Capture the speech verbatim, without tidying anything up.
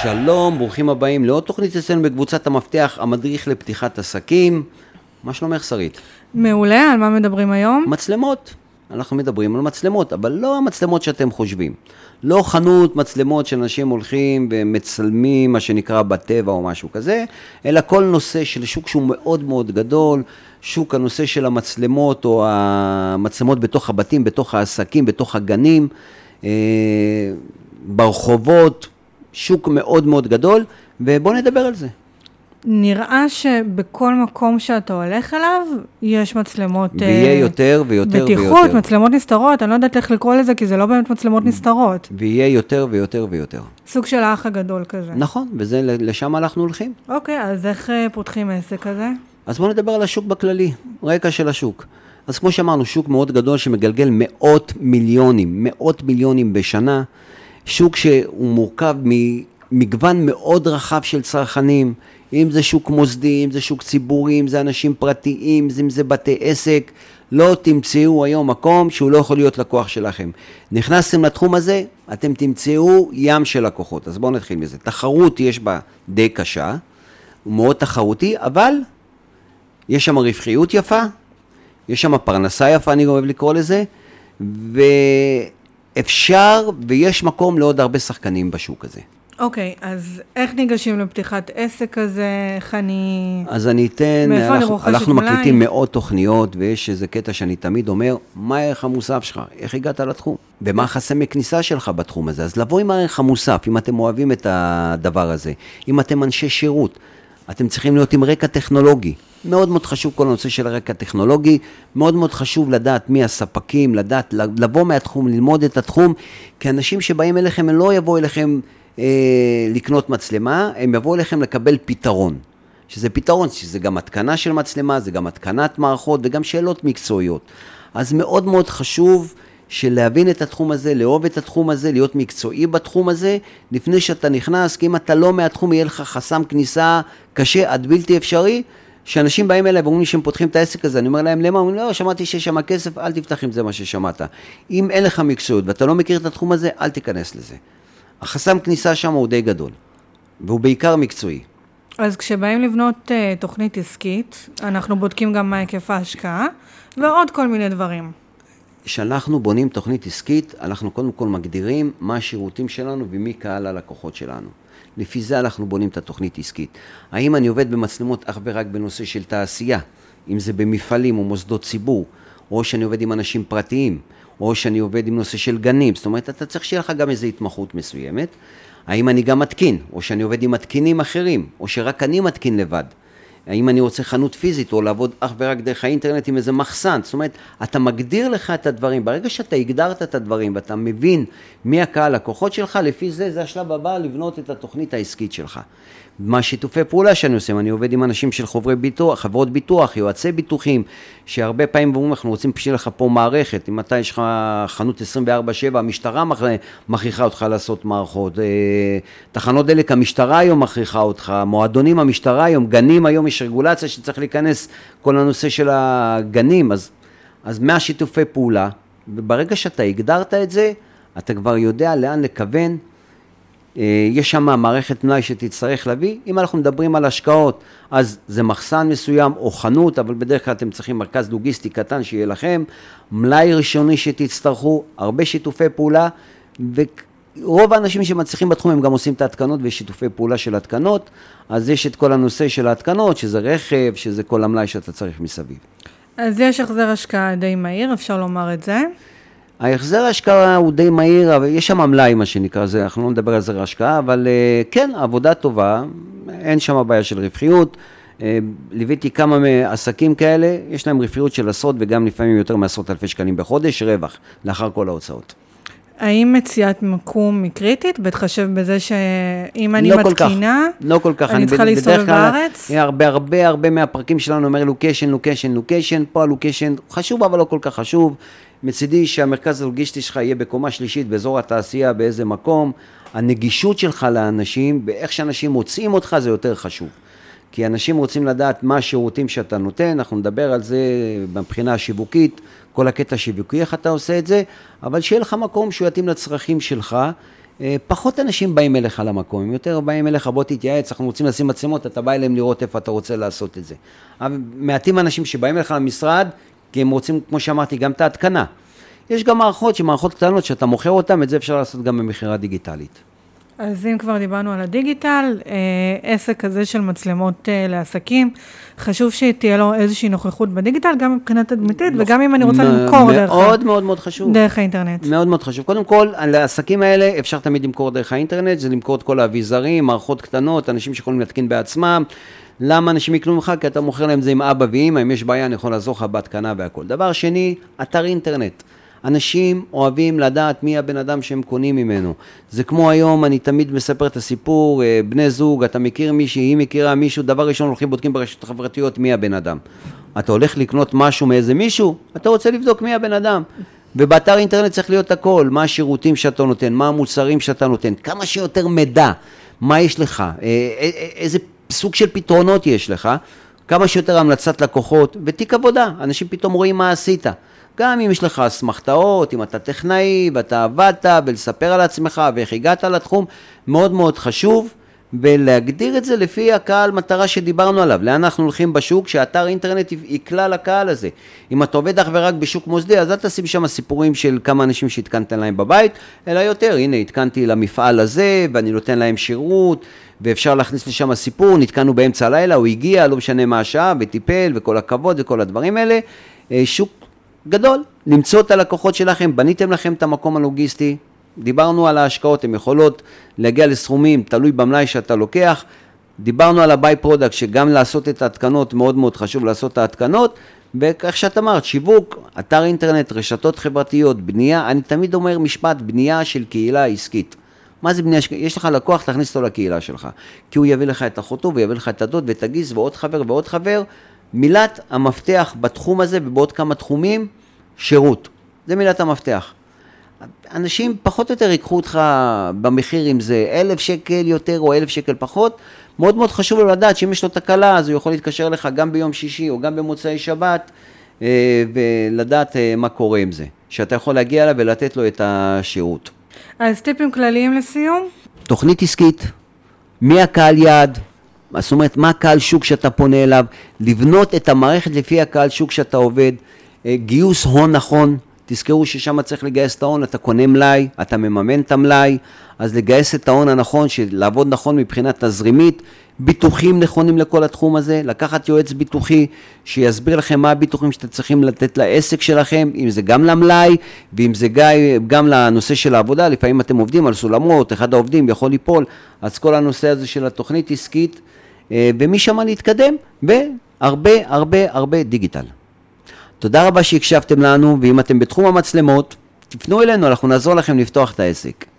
שלום, ברוכים הבאים לעוד תוכנית אצלנו בקבוצת המפתח, המדריך לפתיחת עסקים. מה שלומך שרית? מעולה, על מה מדברים היום? מצלמות. אנחנו מדברים על מצלמות, אבל לא המצלמות שאתם חושבים. לא חנות מצלמות שאנשים הולכים ומצלמים, מה שנקרא בטבע או משהו כזה, אלא כל נושא של שוק שהוא מאוד מאוד גדול, שוק הנושא של המצלמות או המצלמות בתוך הבתים, בתוך העסקים, בתוך הגנים, אה, ברחובות, שוק מאוד מאוד גדול, ובואו נדבר על זה. נראה שבכל מקום שאתה הולך אליו, יש מצלמות... ויהיה יותר ויותר ויותר. בטיחות, מצלמות נסתרות, אני לא יודעת איך לקרוא לזה, כי זה לא באמת מצלמות נסתרות. ויהיה יותר ויותר ויותר. סוג של האח הגדול כזה. נכון, וזה לשם אנחנו הולכים. אוקיי, אז איך פותחים עסק כזה? אז בואו נדבר על השוק בכללי, רקע של השוק. אז כמו שאמרנו, שוק מאוד גדול שמגלגל מאות מיליונים, מאות מיליונים בשנה, שוק שהוא מורכב ממגוון מאוד רחב של צרכנים, אם זה שוק מוסדי, אם זה שוק ציבורי, אם זה אנשים פרטיים, אם זה בתי עסק, לא תמצאו היום מקום שהוא לא יכול להיות לקוח שלכם. נכנסתם לתחום הזה, אתם תמצאו ים של לקוחות. אז בואו נתחיל מזה. תחרות יש בה די קשה, הוא מאוד תחרותי, אבל יש שם רווחיות יפה, יש שם פרנסה יפה, אני אוהב לקרוא לזה, ואפשר ויש מקום לעוד הרבה שחקנים בשוק הזה. אוקיי, אז איך ניגשים לפתיחת עסק כזה? איך אני... אז אני אתן, אנחנו, אנחנו מקליטים מאות תוכניות, ויש איזה קטע שאני תמיד אומר, מה הערך המוסף שלך? איך הגעת לתחום? ומה החסמי כניסה שלך בתחום הזה? אז לבוא עם הערך המוסף, אם אתם אוהבים את הדבר הזה, אם אתם אנשי שירות, אתם צריכים להיות עם רקע טכנולוגי. מאוד מאוד חשוב כל הנושא של הרקע טכנולוגי, מאוד מאוד חשוב לדעת מי הספקים, לדעת, לבוא מהתחום, ללמוד את התחום, כי אנשים שבאים אליכם, הם לא יבואו אליכם לקנות מצלמה, הם יבואו אליכם לקבל פתרון, שזה פתרון, שזה גם התקנה של מצלמה, זה גם התקנת מערכות וגם שאלות מקצועיות. אז מאוד מאוד חשוב שלהבין את התחום הזה, לאהוב את התחום הזה, להיות מקצועי בתחום הזה, לפני שאתה נכנס, כי אם אתה לא מהתחום, יהיה לך חסם כניסה קשה עד בלתי אפשרי, שאנשים באים אליי ואומרים לי שהם פותחים את העסק הזה, אני אומר להם, למה? אומרים, לא, שמעתי שיש שם כסף, אל תפתח עם זה מה ששמעת. אם אין לך מקצועיות ואתה לא מכיר את התחום הזה, אל תיכנס לזה. החסם כניסה שם הוא די גדול, והוא בעיקר מקצועי. אז כשבאים לבנות uh, תוכנית עסקית, אנחנו בודקים גם מה היקף ההשקעה, ועוד כל מיני דברים. כשאנחנו בונים תוכנית עסקית, אנחנו קודם כל מגדירים מה השירותים שלנו ומי קהל הלקוחות שלנו. לפי זה אנחנו בונים את התוכנית עסקית. האם אני עובד במצלמות אך ורק בנושא של תעשייה, אם זה במפעלים או מוסדות ציבור, או שאני עובד עם אנשים פרטיים, או שאני עובד עם נושא של גנים, זאת אומרת, אתה צריך שיהיה לך גם איזו התמחות מסוימת. האם אני גם מתקין, או שאני עובד עם מתקינים אחרים, או שרק אני מתקין לבד. האם אני רוצה חנות פיזית, או לעבוד אך ורק דרך האינטרנט עם איזה מחסן. זאת אומרת, אתה מגדיר לך את הדברים. ברגע שאתה הגדרת את הדברים, ואתה מבין מי הקהל לקוחות שלך, לפי זה, זה השלב הבא לבנות את התוכנית העסקית שלך. מה שיתופי פעולה שאני עושה, אני עובד עם אנשים של חברי ביטוח, חברות ביטוח, יועצי ביטוחים, שהרבה פעמים אומרים, אנחנו רוצים פשיל לך פה מערכת, אם אתה יש לך חנות עשרים וארבע שבע, המשטרה מכריחה אותך לעשות מערכות, תחנות דלק, המשטרה היום מכריחה אותך, מועדונים המשטרה היום, גנים היום יש רגולציה שצריך להיכנס כל הנושא של הגנים, אז, אז מה שיתופי פעולה, וברגע שאתה הגדרת את זה, אתה כבר יודע לאן לכוון, יש שם מערכת מלאי שתצטרך להביא. אם אנחנו מדברים על השקעות, אז זה מחסן מסוים או חנות, אבל בדרך כלל אתם צריכים מרכז לוגיסטי קטן שיהיה לכם, מלאי ראשוני שתצטרכו, הרבה שיתופי פעולה, ורוב האנשים שמצליחים בתחום הם גם עושים את ההתקנות ויש שיתופי פעולה של התקנות, אז יש את כל הנושא של ההתקנות, שזה רכב, שזה כל המלאי שאתה צריך מסביב. אז יש החזר השקעה די מהיר, אפשר לומר את זה? ההחזר ההשקעה הוא די מהיר, אבל יש שם מלאי מה שנקרא, זה, אנחנו לא נדבר על זה ההשקעה, אבל כן, עבודה טובה, אין שם בעיה של רווחיות, ליוויתי כמה עסקים כאלה, יש להם רווחיות של עשרות וגם לפעמים יותר מעשרות אלפי שקלים בחודש, רווח, לאחר כל ההוצאות. האם מציאת מקום מקריטית, בהתחשב בזה שאם אני לא מתקינה, לא כל כך, אני צריכה להסתובב בארץ? הרבה, הרבה, הרבה מהפרקים שלנו אומר לוקיישן, לוקיישן, לוקיישן, פה הלוקיישן חשוב, אבל לא כל כך חשוב. מצידי שהמרכז הלוגיסטי שלך יהיה בקומה שלישית, באזור התעשייה, באיזה מקום, הנגישות שלך לאנשים, באיך שאנשים מוצאים אותך, זה יותר חשוב. כי אנשים רוצים לדעת מה השירותים שאתה נותן, אנחנו נדבר על זה מבחינה השיווקית, כל הקטע השיווקי, איך אתה עושה את זה, אבל שיהיה לך מקום שהוא יתאים לצרכים שלך, פחות אנשים באים אליך למקום, הם יותר באים אליך, בוא תתייעץ, אנחנו רוצים לשים מצלמות, אתה בא אליהם לראות איפה אתה רוצה לעשות את זה. מעטים אנשים שבאים אליך למשרד, כי הם רוצים, כמו שאמרתי, גם את ההתקנה. יש גם מערכות, שמערכות קטנות שאתה מוכר אותן, את זה אפשר לעשות גם במכירה דיגיטלית. אז אם כבר דיברנו על הדיגיטל, עסק כזה של מצלמות לעסקים, חשוב שתהיה לו איזושהי נוכחות בדיגיטל, גם מבחינת תדמיתית, וגם אם אני רוצה למכור דרך מאוד מאוד מאוד חשוב. דרך האינטרנט. מאוד מאוד חשוב. קודם כל, לעסקים האלה אפשר תמיד למכור דרך האינטרנט, זה למכור את כל האביזרים, מערכות קטנות, אנשים שיכולים להתקין בעצמם. למה אנשים יקנו ממך? כי אתה מוכר להם זה עם אבא ואמא, אם יש בעיה אני יכול לעזור לך בהתקנה והכל. דבר שני, אתר אינטרנט. אנשים אוהבים לדעת מי הבן אדם שהם קונים ממנו. זה כמו היום, אני תמיד מספר את הסיפור, בני זוג, אתה מכיר מישהי, היא מכירה מישהו, דבר ראשון הולכים בודקים ברשתות החברתיות מי הבן אדם. אתה הולך לקנות משהו מאיזה מישהו, אתה רוצה לבדוק מי הבן אדם. ובאתר אינטרנט צריך להיות הכל, מה השירותים שאתה נותן, מה המוצרים שאתה נותן, כמה שיותר מידע, מה יש לך, איזה סוג של פתרונות יש לך, כמה שיותר המלצת לקוחות, ותיק עבודה, אנשים פתאום רואים מה עשית. גם אם יש לך אסמכתאות, אם אתה טכנאי ואתה עבדת, ולספר על עצמך ואיך הגעת לתחום, מאוד מאוד חשוב, ולהגדיר את זה לפי הקהל מטרה שדיברנו עליו. לאן אנחנו הולכים בשוק, שאתר אינטרנט יקלע לקהל הזה. אם אתה עובד אך ורק בשוק מוסדי, אז אל תשים שם סיפורים של כמה אנשים שהתקנת להם בבית, אלא יותר, הנה, התקנתי למפעל הזה, ואני נותן להם שירות, ואפשר להכניס לשם סיפור, נתקנו באמצע הלילה, הוא הגיע, לא משנה מה השעה, וטיפל, וכל הכבוד וכל הדברים האלה. שוק גדול, למצוא את הלקוחות שלכם, בניתם לכם את המקום הלוגיסטי, דיברנו על ההשקעות, הן יכולות להגיע לסכומים, תלוי במלאי שאתה לוקח, דיברנו על הביי פרודקט, שגם לעשות את ההתקנות, מאוד מאוד חשוב לעשות את ההתקנות, וכך שאת אמרת, שיווק, אתר אינטרנט, רשתות חברתיות, בנייה, אני תמיד אומר משפט, בנייה של קהילה עסקית. מה זה בנייה? יש לך לקוח, תכניס אותו לקהילה שלך, כי הוא יביא לך את אחותו, ויביא לך את הדוד, ואת הגיס, ועוד חבר ועוד חבר. מילת המפתח בתחום הזה, ובעוד כמה תחומים, שירות. זה מילת המפתח. אנשים פחות או יותר ייקחו אותך במחיר, אם זה אלף שקל יותר או אלף שקל פחות. מאוד מאוד חשוב לו לדעת שאם יש לו תקלה, אז הוא יכול להתקשר לך גם ביום שישי או גם במוצאי שבת, ולדעת מה קורה עם זה. שאתה יכול להגיע אליו ולתת לו את השירות. אז טיפים כלליים לסיום? תוכנית עסקית, מי הקהל יעד, זאת אומרת, מה הקהל שוק שאתה פונה אליו, לבנות את המערכת לפי הקהל שוק שאתה עובד, גיוס הון נכון, תזכרו ששם צריך לגייס את ההון, אתה קונה מלאי, אתה מממן את המלאי, אז לגייס את ההון הנכון, לעבוד נכון מבחינת תזרימית, ביטוחים נכונים לכל התחום הזה, לקחת יועץ ביטוחי שיסביר לכם מה הביטוחים שאתם צריכים לתת לעסק שלכם, אם זה גם למלאי, ואם זה גם לנושא של העבודה, לפעמים אתם עובדים על סולמות, אחד העובדים יכול ליפול, אז כל הנושא הזה של התוכנית עסקית, ומשם להתקדם, והרבה הרבה הרבה דיגיטל. תודה רבה שהקשבתם לנו, ואם אתם בתחום המצלמות, תפנו אלינו, אנחנו נעזור לכם לפתוח את העסק.